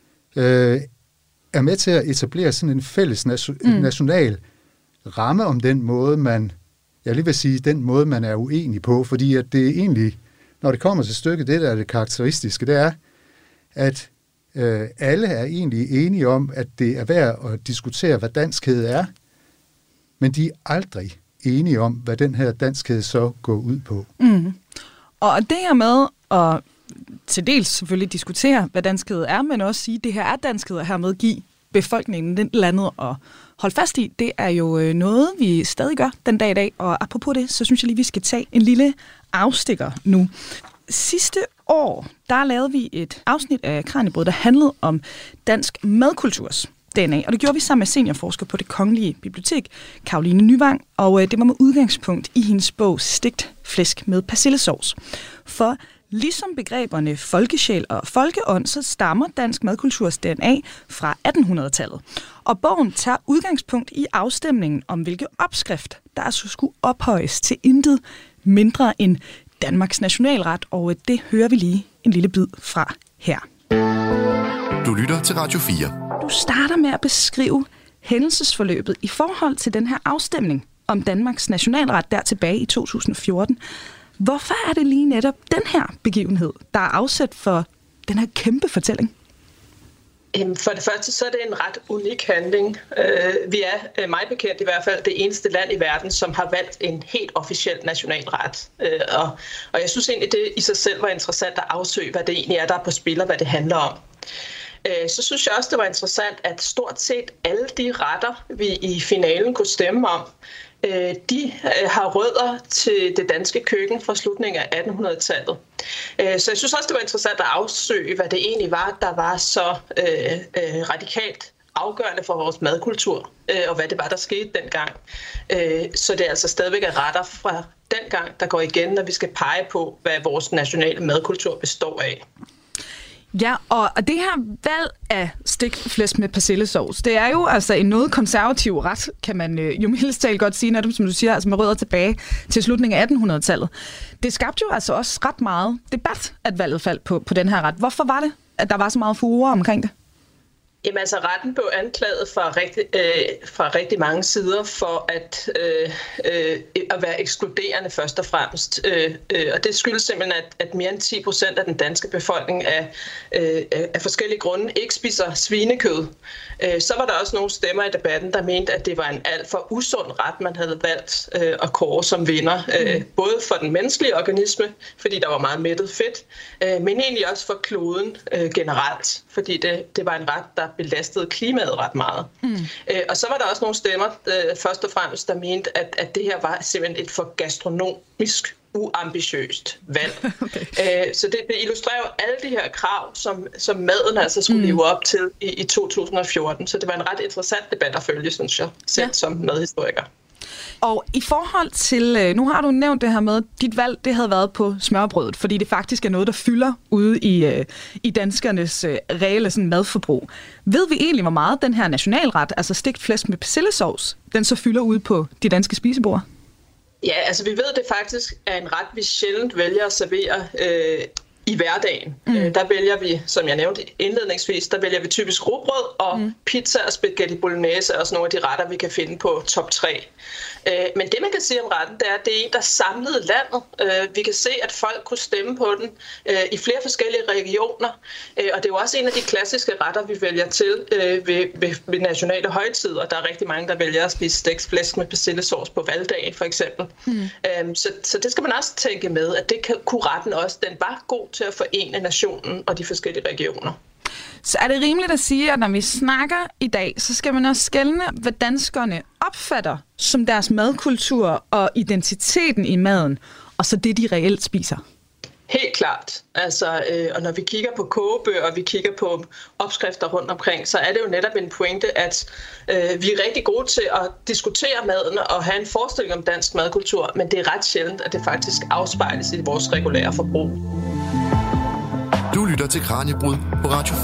er med til at etablere sådan en fælles national ramme om den måde, den måde, man er uenig på, fordi at det egentlig, når det kommer til stykket, det der er det karakteristiske, det er, at alle er egentlig enige om, at det er værd at diskutere, hvad danskhed er, men de er aldrig enige om, hvad den her danskhed så går ud på. Og det her med at til dels selvfølgelig diskutere, hvad danskhed er, men også sige, at det her er danskhed, og hermed give befolkningen den landet at holde fast i, det er jo noget, vi stadig gør den dag i dag. Og apropos det, så synes jeg lige, vi skal tage en lille afstikker nu. Sidste år, der lavede vi et afsnit af Kraniebrød, der handlede om dansk madkulturs DNA, og det gjorde vi sammen med seniorforsker på Det Kongelige Bibliotek, Caroline Nyvang, og det var med udgangspunkt i hendes bog Stegt flæsk med persillesovs. For ligesom begreberne folkesjæl og folkeånd, så stammer dansk madkulturs DNA fra 1800-tallet. Og bogen tager udgangspunkt i afstemningen om, hvilke opskrift, der altså skulle ophøjes til intet mindre end Danmarks nationalret, og det hører vi lige en lille bid fra her. Du lytter til Radio 4. Du starter med at beskrive hændelsesforløbet i forhold til den her afstemning om Danmarks nationalret der tilbage i 2014. Hvorfor er det lige netop den her begivenhed, der er afsæt for den her kæmpe fortælling? For det første så er det en ret unik handling. Vi er, mig bekendt i hvert fald, det eneste land i verden, som har valgt en helt officiel nationalret. Og jeg synes egentlig, det i sig selv var interessant at afsøge, hvad det egentlig er, der er på spil, og hvad det handler om. så synes jeg også, det var interessant, at stort set alle de retter, vi i finalen kunne stemme om, de har rødder til det danske køkken fra slutningen af 1800-tallet. Så jeg synes også, det var interessant at afsøge, hvad det egentlig var, der var så radikalt afgørende for vores madkultur, og hvad det var, der skete dengang. Så det er altså stadigvæk retter fra dengang, der går igen, når vi skal pege på, hvad vores nationale madkultur består af. Ja, og det her valg af stegt flæsk med persillesovs, det er jo altså en noget konservativ ret, kan man jo mildest talt godt sige, netop som du siger, altså med rødder tilbage til slutningen af 1800-tallet. Det skabte jo altså også ret meget debat, at valget faldt på den her ret. Hvorfor var det, at der var så meget furore omkring det? Jamen altså, retten blev anklaget fra rigtig mange sider for at være ekskluderende først og fremmest. Og det skyldes simpelthen, at mere end 10% af den danske befolkning af forskellige grunde ikke spiser svinekød. Så var der også nogle stemmer i debatten, der mente, at det var en alt for usund ret, man havde valgt at kåre som vinder. Både for den menneskelige organisme, fordi der var meget mættet fedt, men egentlig også for kloden generelt, fordi det var en ret, der belastede klimaet ret meget. Og så var der også nogle stemmer, først og fremmest, der mente, at det her var simpelthen et for gastronomisk uambitiøst valg. Okay. Så det illustrerer jo alle de her krav, som maden altså skulle leve op til i 2014. Så det var en ret interessant debat at følge, synes jeg, selv som madhistoriker. Og i forhold til, nu har du nævnt det her med, dit valg, det havde været på smørbrødet, fordi det faktisk er noget, der fylder ude i danskernes reelle sådan, madforbrug. Ved vi egentlig, hvor meget den her nationalret, altså stegt flæsk med persillesovs, den så fylder ude på de danske spisebord? Ja, altså vi ved, det faktisk er en ret, vi sjældent vælger at servere i hverdagen. Der vælger vi, som jeg nævnte indledningsvis, der vælger vi typisk rugbrød og pizza og spaghetti bolognese, og nogle af de retter, vi kan finde på top 3. Men det, man kan sige om retten, det er, at det er en, der samlede landet. Vi kan se, at folk kunne stemme på den i flere forskellige regioner, og det er jo også en af de klassiske retter, vi vælger til ved nationale højtider. Der er rigtig mange, der vælger at spise stegt flæsk med persillesovs på valgdagen, for eksempel. Så det skal man også tænke med, at det kunne retten også. Den var god til at forene nationen og de forskellige regioner. Så er det rimeligt at sige, at når vi snakker i dag, så skal man også skelne, hvad danskerne opfatter som deres madkultur og identiteten i maden, og så det, de reelt spiser? Helt klart. Altså, og når vi kigger på kogebøger, og vi kigger på opskrifter rundt omkring, så er det jo netop en pointe, at vi er rigtig gode til at diskutere maden og have en forestilling om dansk madkultur, men det er ret sjældent, at det faktisk afspejles i vores regulære forbrug. Du lytter til Kraniebrud på Radio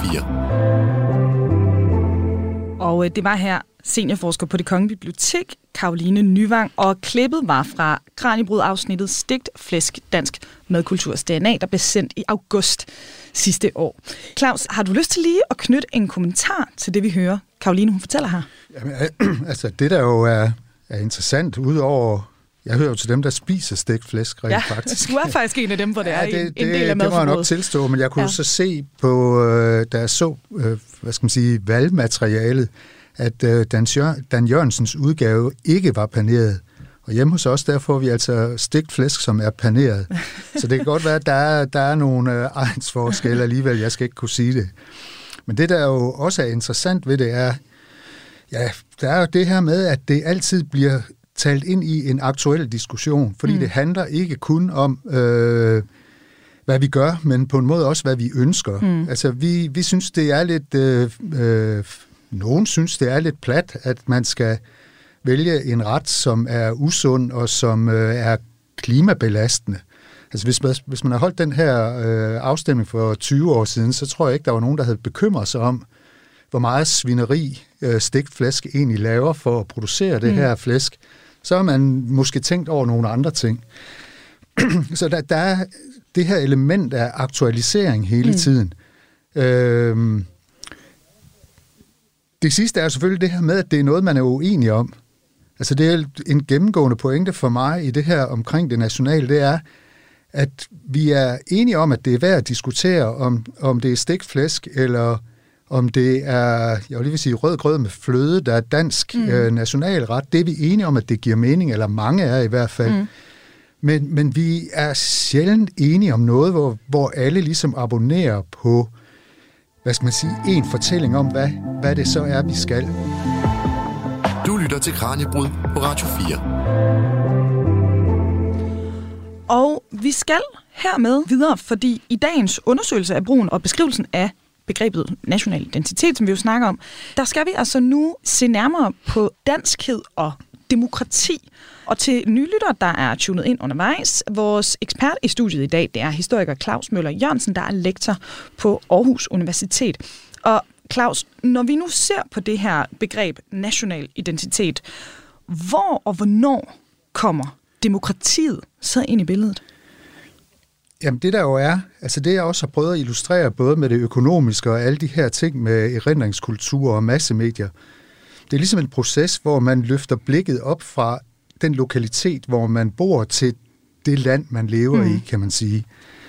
4. Og det var her seniorforsker på Det Kongelige Bibliotek, Caroline Nyvang, og klippet var fra Kraniebrud-afsnittet Stegt flæsk dansk madkulturs DNA, der blev sendt i august sidste år. Claus, har du lyst til lige at knytte en kommentar til det, vi hører Caroline hun fortæller her? Jamen, altså det der jo er interessant, udover jeg hører jo til dem, der spiser stegt flæsk rent faktisk. Du er faktisk en af dem, hvor det er en del af madforbrødet. Det må jeg nok tilstå, men jeg kunne så se på, da jeg så, valgmaterialet, at Dan Jørgensens udgave ikke var paneret. Og hjemme hos os, der får vi altså stegt flæsk, som er paneret. Så det kan godt være, at der er nogle egnsforskelle alligevel. Jeg skal ikke kunne sige det. Men det, der jo også er interessant ved det, er, ja, der er jo det her med, at det altid bliver talt ind i en aktuel diskussion, fordi det handler ikke kun om, hvad vi gør, men på en måde også, hvad vi ønsker. Altså, vi synes, det er lidt... nogen synes, det er lidt plat, at man skal vælge en ret, som er usund og som er klimabelastende. Altså, hvis man har holdt den her afstemning for 20 år siden, så tror jeg ikke, der var nogen, der havde bekymret sig om, hvor meget svineri stegt flæsk egentlig laver for at producere det her flæsk. Så har man måske tænkt over nogle andre ting. Så der er det her element af aktualisering hele tiden. Det sidste er selvfølgelig det her med, at det er noget, man er uenig om. Altså det er en gennemgående pointe for mig i det her omkring det nationale, det er, at vi er enige om, at det er værd at diskutere, om det er stegt flæsk, eller om det er, jeg vil sige, rød grød med fløde, der er dansk nationalret. Det er vi enige om, at det giver mening, eller mange er i hvert fald. Men vi er sjældent enige om noget, hvor alle ligesom abonnerer på en fortælling om, hvad det så er, vi skal. Du lytter til Kraniebrud på Radio 4. Og vi skal hermed videre, fordi i dagens undersøgelse af brugen og beskrivelsen af begrebet national identitet, som vi jo snakker om, der skal vi altså nu se nærmere på danskhed og demokrati. Og til nylytter, der er tunet ind undervejs, vores ekspert i studiet i dag, det er historiker Claus Møller Jørgensen, der er lektor på Aarhus Universitet. Og Claus, når vi nu ser på det her begreb national identitet, hvor og hvornår kommer demokratiet så ind i billedet? Jamen det der jo er, altså det jeg også har prøvet at illustrere, både med det økonomiske og alle de her ting med erindringskultur og massemedier, det er ligesom en proces, hvor man løfter blikket op fra den lokalitet, hvor man bor, til det land, man lever i, kan man sige.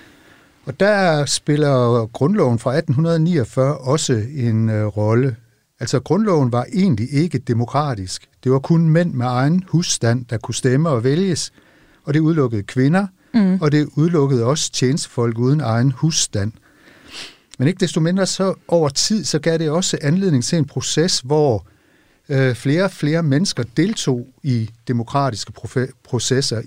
Og der spiller grundloven fra 1849 også en rolle. Altså grundloven var egentlig ikke demokratisk. Det var kun mænd med egen husstand, der kunne stemme og vælges, og det udelukkede kvinder, og det udelukkede også tjenestefolk uden egen husstand. Men ikke desto mindre så over tid, så gav det også anledning til en proces, hvor flere og flere mennesker deltog i demokratiske processer,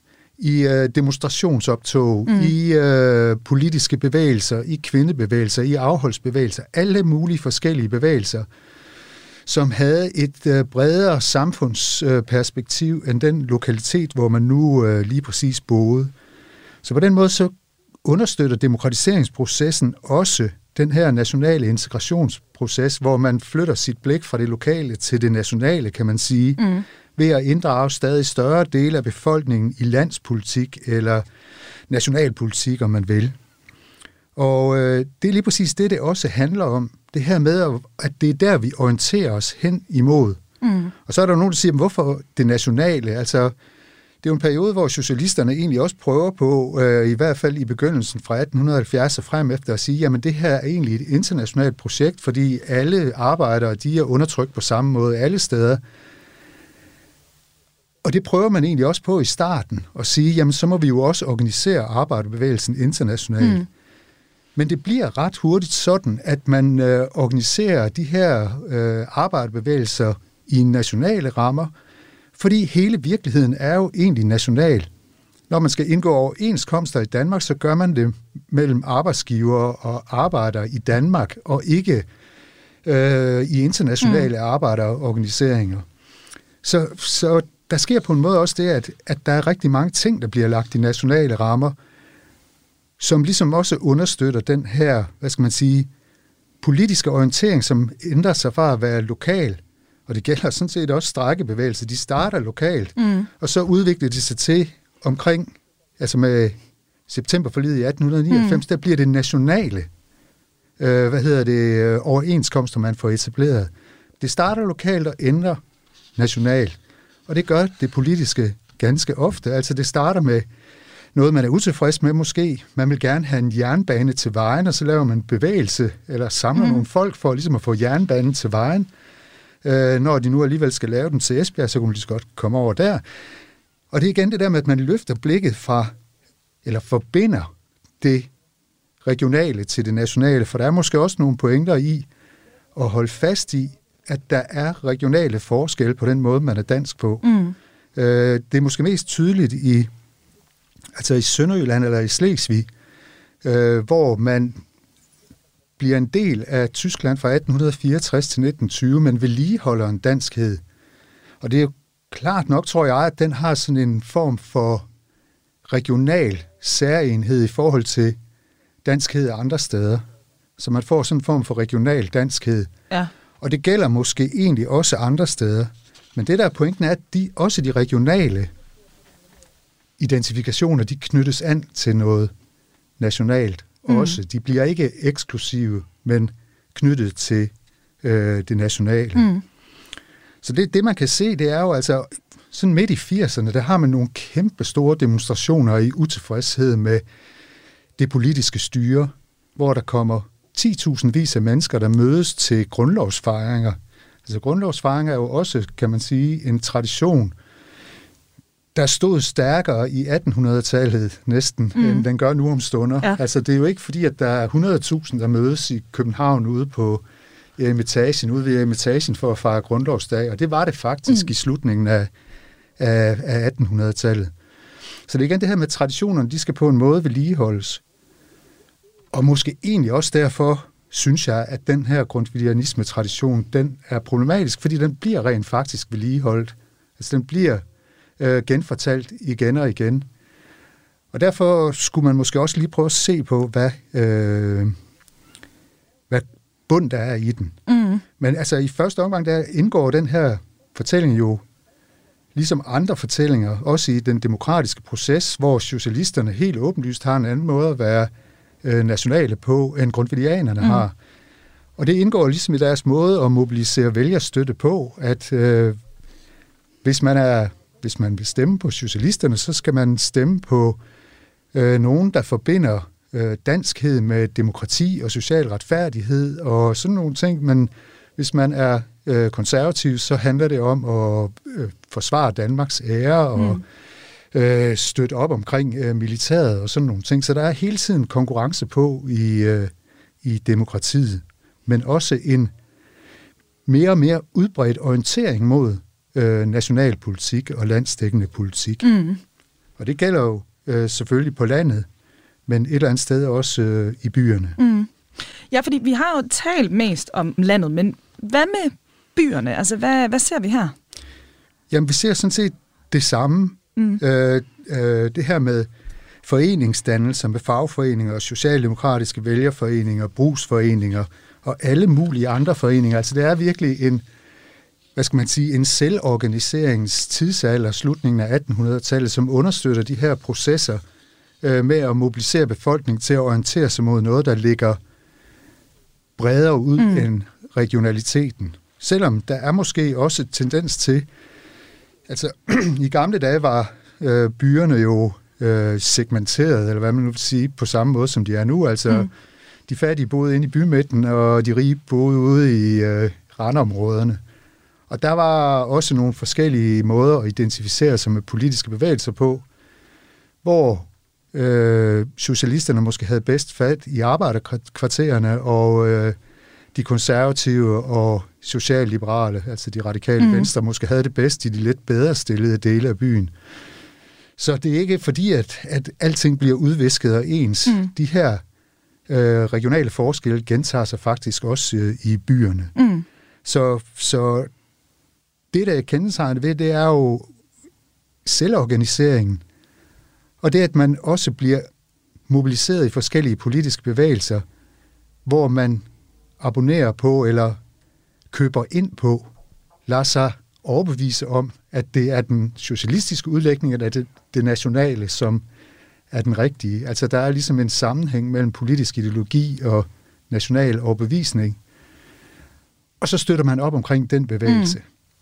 i demonstrationsoptog, i politiske bevægelser, i kvindebevægelser, i afholdsbevægelser, alle mulige forskellige bevægelser, som havde et bredere samfundsperspektiv end den lokalitet, hvor man nu lige præcis boede. Så på den måde så understøtter demokratiseringsprocessen også den her nationale integrationsproces, hvor man flytter sit blik fra det lokale til det nationale, kan man sige, ved at inddrage stadig større dele af befolkningen i landspolitik eller nationalpolitik, om man vil. Og det er lige præcis det også handler om. Det her med, at det er der, vi orienterer os hen imod. Og så er der nogen, der siger, hvorfor det nationale? Altså, det er jo en periode, hvor socialisterne egentlig også prøver på, i hvert fald i begyndelsen fra 1870 og frem efter, at sige, jamen det her er egentlig et internationalt projekt, fordi alle arbejdere, de er undertrykt på samme måde alle steder. Og det prøver man egentlig også på i starten, at sige, jamen så må vi jo også organisere arbejderbevægelsen internationalt. Men det bliver ret hurtigt sådan, at man organiserer de her arbejderbevægelser i nationale rammer, fordi hele virkeligheden er jo egentlig national. Når man skal indgå overenskomster i Danmark, så gør man det mellem arbejdsgivere og arbejdere i Danmark, og ikke i internationale arbejderorganiseringer. Så der sker på en måde også det, at der er rigtig mange ting, der bliver lagt i nationale rammer, som ligesom også understøtter den her, politiske orientering, som ændrer sig fra at være lokal. Og det gælder sådan set også strejkebevægelser. De starter lokalt, og så udvikler de sig til omkring, altså med septemberforliget i 1899, der bliver det nationale, overenskomster, man får etableret. Det starter lokalt og ender nationalt. Og det gør det politiske ganske ofte. Altså det starter med noget, man er utilfreds med måske. Man vil gerne have en jernbane til vejen, og så laver man bevægelse, eller samler nogle folk for ligesom at få jernbanen til vejen. Når de nu alligevel skal lave den til Esbjerg, så kunne man lige så godt komme over der. Og det er igen det der med, at man løfter blikket fra, eller forbinder det regionale til det nationale, for der er måske også nogle pointer i at holde fast i, at der er regionale forskelle på den måde, man er dansk på. Det er måske mest tydeligt i Sønderjylland eller i Slesvig, hvor man bliver en del af Tyskland fra 1864 til 1920, men vedligeholder en danskhed. Og det er jo klart nok, tror jeg, at den har sådan en form for regional særenhed i forhold til danskhed andre steder. Så man får sådan en form for regional danskhed. Ja. Og det gælder måske egentlig også andre steder. Men det der er pointen er, at også de regionale identifikationer, de knyttes an til noget nationalt. Også. De bliver ikke eksklusive, men knyttet til det nationale. Så det, man kan se, det er jo altså, sådan midt i 80'erne, der har man nogle kæmpe store demonstrationer i utilfredshed med det politiske styre, hvor der kommer 10.000 vis af mennesker, der mødes til grundlovsfejringer. Altså grundlovsfejringer er jo også, kan man sige, en tradition, der stod stærkere i 1800-tallet næsten, end den gør nu om stunder. Ja. Altså, det er jo ikke fordi, at der er 100.000, der mødes i København ude på Eremitagen, ude ved Eremitagen for at fejre grundlovsdag, og det var det faktisk i slutningen af 1800-tallet. Så det er igen det her med traditionerne, de skal på en måde vedligeholdes. Og måske egentlig også derfor, synes jeg, at den her grundtvigianisme-tradition, den er problematisk, fordi den bliver rent faktisk vedligeholdt. Altså den bliver genfortalt igen og igen. Og derfor skulle man måske også lige prøve at se på, hvad bund der er i den. Men altså i første omgang, der indgår den her fortælling jo, ligesom andre fortællinger, også i den demokratiske proces, hvor socialisterne helt åbenlyst har en anden måde at være nationale på, end grundtvigianerne har. Og det indgår ligesom i deres måde at mobilisere vælgerstøtte på, at hvis man vil stemme på socialisterne, så skal man stemme på nogen, der forbinder danskhed med demokrati og social retfærdighed og sådan nogle ting. Men hvis man er konservativ, så handler det om at forsvare Danmarks ære og støtte op omkring militæret og sådan nogle ting. Så der er hele tiden konkurrence på i demokratiet, men også en mere og mere udbredt orientering mod nationalpolitik og landsdækkende politik. Og det gælder jo selvfølgelig på landet, men et eller andet sted også i byerne. Ja, fordi vi har jo talt mest om landet, men hvad med byerne? Altså, hvad ser vi her? Jamen, vi ser sådan set det samme. Det her med foreningsdannelser, med fagforeninger og socialdemokratiske vælgerforeninger, brugsforeninger og alle mulige andre foreninger. Altså, det er virkelig en selvorganiseringens tidsalder, slutningen af 1800-tallet, som understøtter de her processer med at mobilisere befolkningen til at orientere sig mod noget, der ligger bredere ud end regionaliteten. Selvom der er måske også tendens til, altså i gamle dage var byerne jo segmenteret, eller hvad man nu vil sige, på samme måde som de er nu. Altså de fattige boede inde i bymidten, og de rige boede ude i randområderne. Og der var også nogle forskellige måder at identificere sig med politiske bevægelser på, hvor socialisterne måske havde bedst fat i arbejderkvartererne, og de konservative og socialliberale, altså de radikale venstre, måske havde det bedst i de lidt bedre stillede dele af byen. Så det er ikke fordi, at alting bliver udvisket og ens. De her regionale forskelle gentager sig faktisk også i byerne. Så det, der er kendetegnet ved, det er jo selvorganiseringen, og det, at man også bliver mobiliseret i forskellige politiske bevægelser, hvor man abonnerer på eller køber ind på, lader sig overbevise om, at det er den socialistiske udlægning af det nationale, som er den rigtige. Altså, der er ligesom en sammenhæng mellem politisk ideologi og national overbevisning. Og så støtter man op omkring den bevægelse.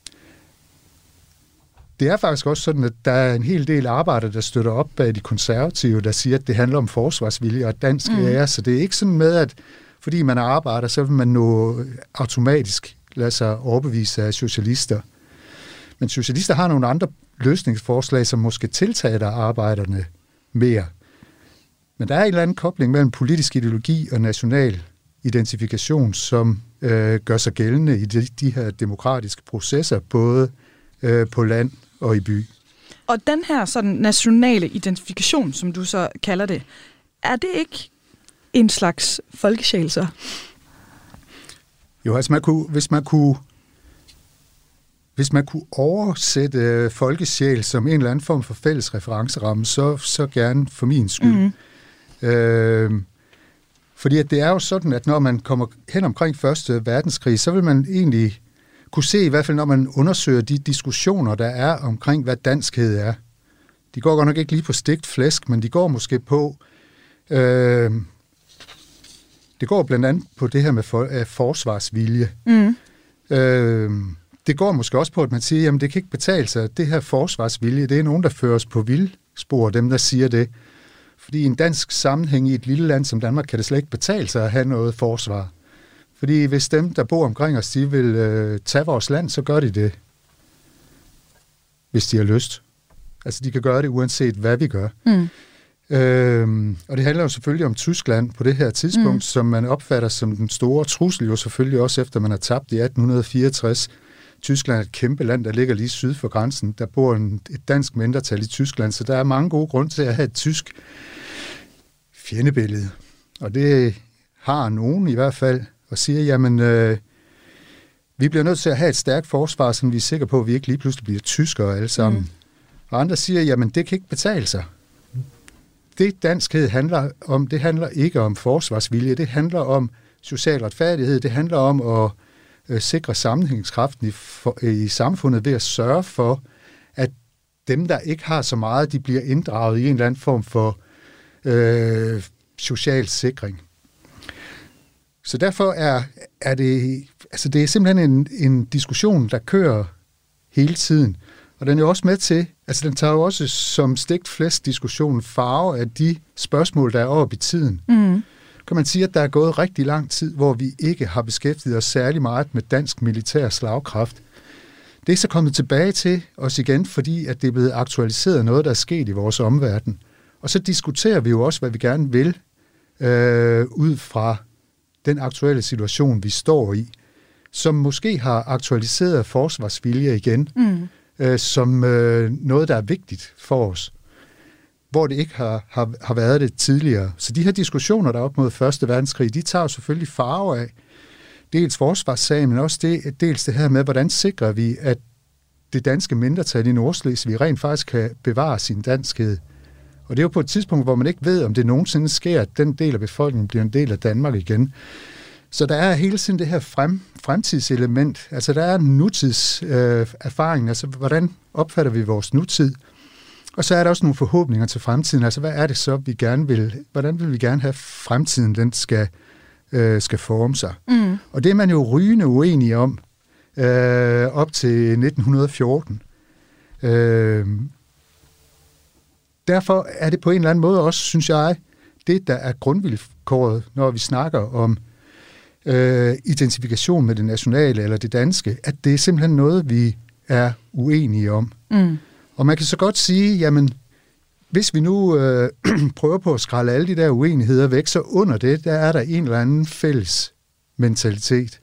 Det er faktisk også sådan, at der er en hel del arbejdere, der støtter op bag de konservative, der siger, at det handler om forsvarsvilje og dansk ære. Så det er ikke sådan med, at fordi man er arbejder, så vil man nå automatisk lade sig overbevise af socialister. Men socialister har nogle andre løsningsforslag, som måske tiltaler arbejderne mere. Men der er en eller anden kobling mellem politisk ideologi og national identifikation, som gør sig gældende i de her demokratiske processer, både på land og i by. Og den her sådan nationale identifikation, som du så kalder det, er det ikke en slags folkesjæl så? Jo, altså hvis man kunne oversætte folkesjæl som en eller anden form for fælles referenceramme, så gerne for min skyld. Fordi at det er jo sådan, at når man kommer hen omkring Første Verdenskrig, så vil man egentlig kunne se, i hvert fald når man undersøger de diskussioner, der er omkring, hvad danskhed er. De går godt nok ikke lige på stegt flæsk, men de går måske på... det går blandt andet på det her med forsvarsvilje. Det går måske også på, at man siger, jamen det kan ikke betale sig. Det her forsvarsvilje, det er nogen, der føres på vildspor, dem der siger det. Fordi i en dansk sammenhæng i et lille land som Danmark, kan det slet ikke betale sig at have noget forsvar. Fordi hvis dem, der bor omkring os, de vil tage vores land, så gør de det. Hvis de har lyst. Altså, de kan gøre det uanset, hvad vi gør. Og det handler jo selvfølgelig om Tyskland på det her tidspunkt, som man opfatter som den store trussel, jo selvfølgelig også efter man har tabt i 1864. Tyskland er et kæmpe land, der ligger lige syd for grænsen. Der bor et dansk mindretal i Tyskland, så der er mange gode grunde til at have et tysk fjendebillede. Og det har nogen i hvert fald, og siger, jamen, vi bliver nødt til at have et stærkt forsvar, så vi er sikre på, at vi ikke lige pludselig bliver tyskere alle sammen. Og andre siger, jamen, det kan ikke betale sig. Det danskhed handler om, det handler ikke om forsvarsvilje, det handler om social retfærdighed, det handler om at sikre sammenhængskraften i samfundet ved at sørge for, at dem, der ikke har så meget, de bliver inddraget i en eller anden form for social sikring. Så derfor er det, altså det er simpelthen en diskussion, der kører hele tiden. Og den er jo også med til, altså den tager jo også som stegt flest diskussionen farve af de spørgsmål, der er oppe i tiden. Kan man sige, at der er gået rigtig lang tid, hvor vi ikke har beskæftiget os særlig meget med dansk militær slagkraft. Det er så kommet tilbage til os igen, fordi at det er blevet aktualiseret noget, der er sket i vores omverden. Og så diskuterer vi jo også, hvad vi gerne vil, ud fra den aktuelle situation, vi står i, som måske har aktualiseret forsvarsvilje igen, som noget, der er vigtigt for os, hvor det ikke har været det tidligere. Så de her diskussioner, der er op mod 1. verdenskrig, de tager selvfølgelig farve af dels forsvarssagen, men også dels det her med, hvordan sikrer vi, at det danske mindretal i Nordslesvig rent faktisk kan bevare sin danskhed. Og det er jo på et tidspunkt, hvor man ikke ved, om det nogensinde sker, at den del af befolkningen bliver en del af Danmark igen. Så der er hele tiden det her fremtidselement. Altså der er nutidserfaring, altså hvordan opfatter vi vores nutid? Og så er der også nogle forhåbninger til fremtiden. Altså hvad er det så, vi gerne vil, hvordan vil vi gerne have fremtiden, den skal forme sig? Og det er man jo rygende uenige om op til 1914. Derfor er det på en eller anden måde også, synes jeg, det, der er grundvilkåret, når vi snakker om identifikation med det nationale eller det danske, at det er simpelthen noget, vi er uenige om. Og man kan så godt sige, jamen, hvis vi nu prøver på at skrælle alle de der uenigheder væk, så under det, der er der en eller anden fælles mentalitet.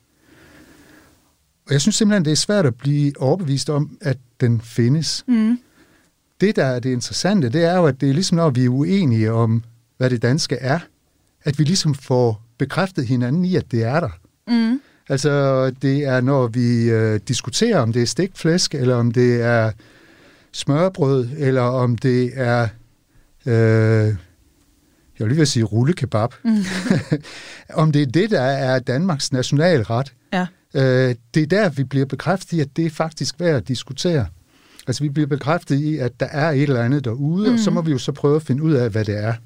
Og jeg synes simpelthen, det er svært at blive overbevist om, at den findes. Det, der er det interessante, det er jo, at det er ligesom, når vi er uenige om, hvad det danske er, at vi ligesom får bekræftet hinanden i, at det er der. Altså, det er, når vi diskuterer, om det er stikflæsk, eller om det er smørbrød, eller om det er, jeg vil lige vil sige rullekebab. Om det er det, der er Danmarks nationalret. Ja. Det er der, vi bliver bekræftet i, at det er faktisk værd at diskutere. Altså, vi bliver bekræftet i, at der er et eller andet derude, og så må vi jo så prøve at finde ud af, hvad det er.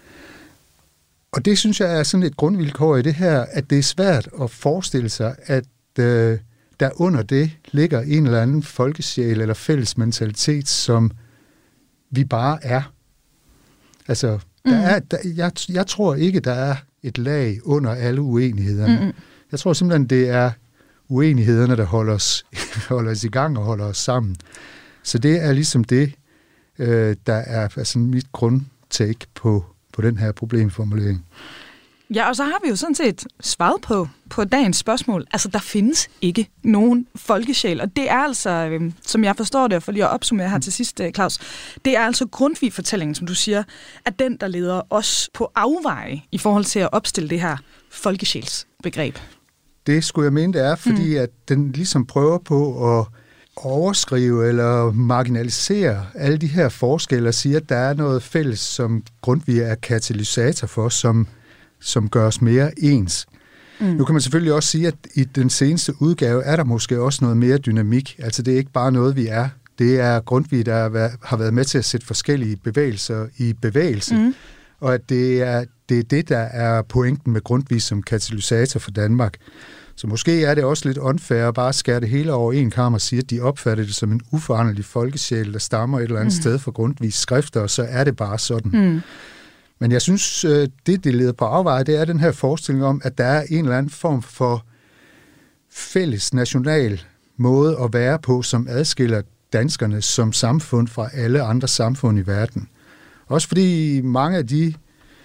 Og det synes jeg er sådan et grundvilkår i det her, at det er svært at forestille sig, at der under det ligger en eller anden folkesjæl eller fælles mentalitet, som vi bare er. Altså, jeg tror ikke, der er et lag under alle uenighederne. Jeg tror simpelthen, det er uenighederne, der holder os i gang og holder os sammen. Så det er ligesom det, der er altså mit grundtake på den her problemformulering. Ja, og så har vi jo sådan set svaret på dagens spørgsmål. Altså, der findes ikke nogen folkesjæl, og det er altså, som jeg forstår det, for lige at opsummere her til sidst, Claus, det er altså Grundtvig-fortællingen, som du siger, at den, der leder os på afveje i forhold til at opstille det her folkesjælsbegreb. Det skulle jeg mene, det er, fordi at den ligesom prøver på at overskrive eller marginalisere alle de her forskelle og sige, at der er noget fælles, som Grundtvig er katalysator for, som gør os mere ens. Nu kan man selvfølgelig også sige, at i den seneste udgave er der måske også noget mere dynamik. Altså det er ikke bare noget, vi er. Det er Grundtvig, der har været med til at sætte forskellige bevægelser i bevægelse. Og at det er det, der er pointen med Grundtvig som katalysator for Danmark. Så måske er det også lidt unfair at bare skære det hele over en kam og sige, at de opfatter det som en uforanderlig folkesjæl, der stammer et eller andet sted fra Grundtvigs skrifter, og så er det bare sådan. Men jeg synes, det leder på afveje, det er den her forestilling om, at der er en eller anden form for fælles national måde at være på, som adskiller danskerne som samfund fra alle andre samfund i verden. Også fordi mange af de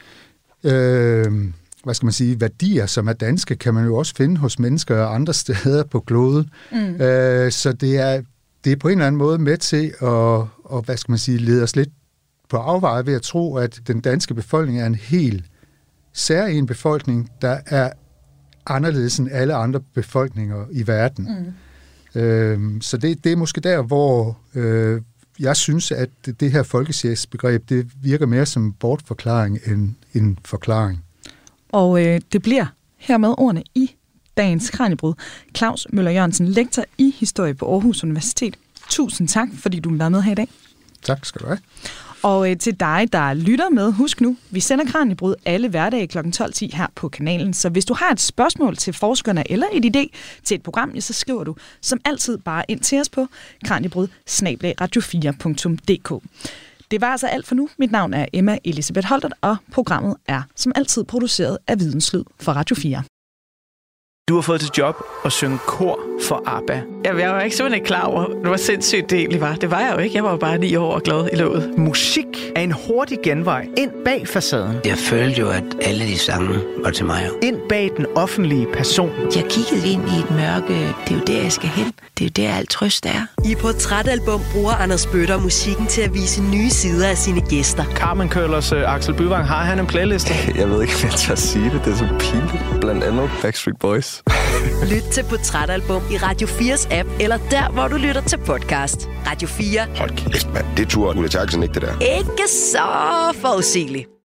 værdier, som er danske, kan man jo også finde hos mennesker andre steder på kloden. Så det er på en eller anden måde med til at lede os lidt på afveje ved at tro, at den danske befolkning er en helt særlig befolkning, der er anderledes end alle andre befolkninger i verden. Så det er måske der, hvor jeg synes, at det her folkesjælsbegreb, det virker mere som en bortforklaring end en forklaring. Og det bliver hermed ordene i dagens Kraniebrud. Claus Møller Jørgensen, lektor i historie på Aarhus Universitet. Tusind tak, fordi du var med her i dag. Tak skal du have. Og til dig, der lytter med, husk nu, vi sender Kraniebrud alle hverdage kl. 12:10 her på kanalen. Så hvis du har et spørgsmål til forskerne eller et idé til et program, så skriver du som altid bare ind til os på kraniebrud@radio4.dk. Det var altså alt for nu. Mit navn er Emma Elisabeth Holtert, og programmet er som altid produceret af Videnslyd for Radio 4. Du har fået til job at synge kor for ABBA. Jeg var ikke simpelthen klar over, hvor sindssygt det egentlig var. Det var jeg jo ikke. Jeg var jo bare 9 år og glad i låget. Musik er en hurtig genvej ind bag facaden. Jeg følte jo, at alle de sange var til mig. Ind bag den offentlige person. Jeg kiggede ind i et mørke. Det er jo der, jeg skal hen. Det er jo der, alt trøst er. I Portrætalbum bruger Anders Bøtter musikken til at vise nye sider af sine gæster. Carmen Køllers Axel Byvang, har han en playliste? Jeg ved ikke, om jeg tør sige det. Det er så pinligt. Blandt andet Backstreet Boys. Lyt til Portrætalbum i Radio 4's app, eller der, hvor du lytter til podcast. Radio 4. Hold kæft, mand. Det turde Ulla Terkelsen ikke, det der. Ikke så forudsigeligt.